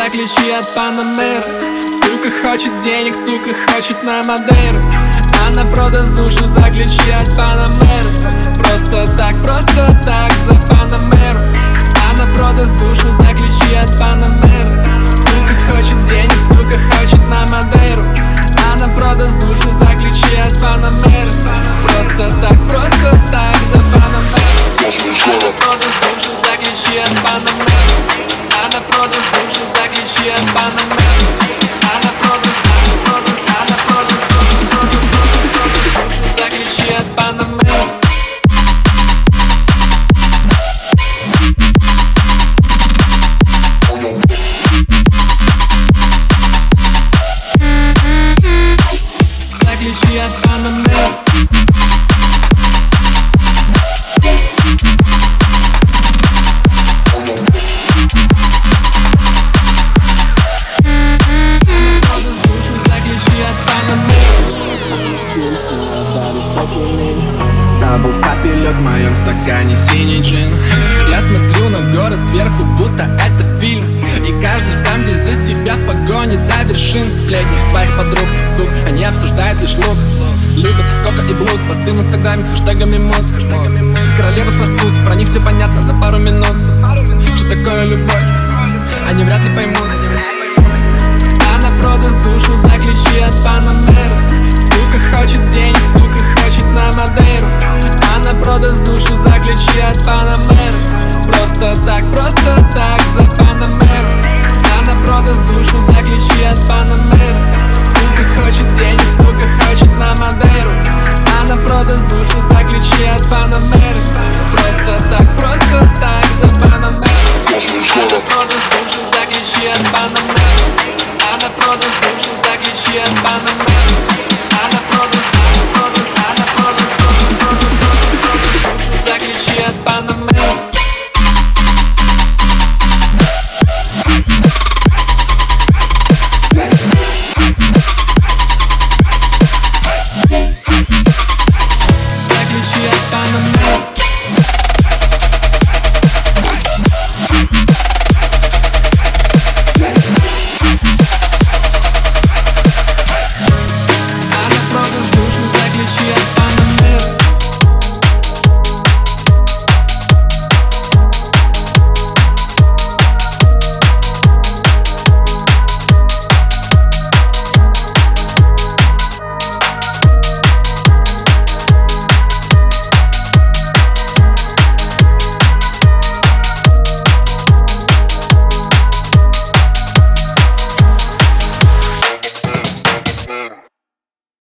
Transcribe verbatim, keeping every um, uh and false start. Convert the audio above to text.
за ключи от Панамеры. Сука хочет денег, сука хочет на Мадейру. Она продаст душу за ключи от Панамеры. Просто так, просто так за Панамеру. Она продаст душу за ключи от Панамеры. Сука хочет денег, сука хочет на Мадейру. Она продаст душу за ключи от Панамеры. Просто так, просто так за Панамеру. Она продаст душу за ключи от Панамеры. Она продаст душу за ключи от Панамеры. Она продаст, она продаст, она продаст, продаст, продаст, продаст душу за ключи от Панамеры. За ключи от Панамеры. Там был капелек в моем стакане синий джин. Я смотрю на город сверху, будто это фильм. И каждый сам здесь за себя в погоне до вершин. Сплетни твоих подруг, сук, они обсуждают лишь лук. Любят кока и блуд, посты в инстаграме с хэштегами мод. Королевы фастфуд, про них все понятно за пару минут. Что такое любовь, они вряд ли поймут.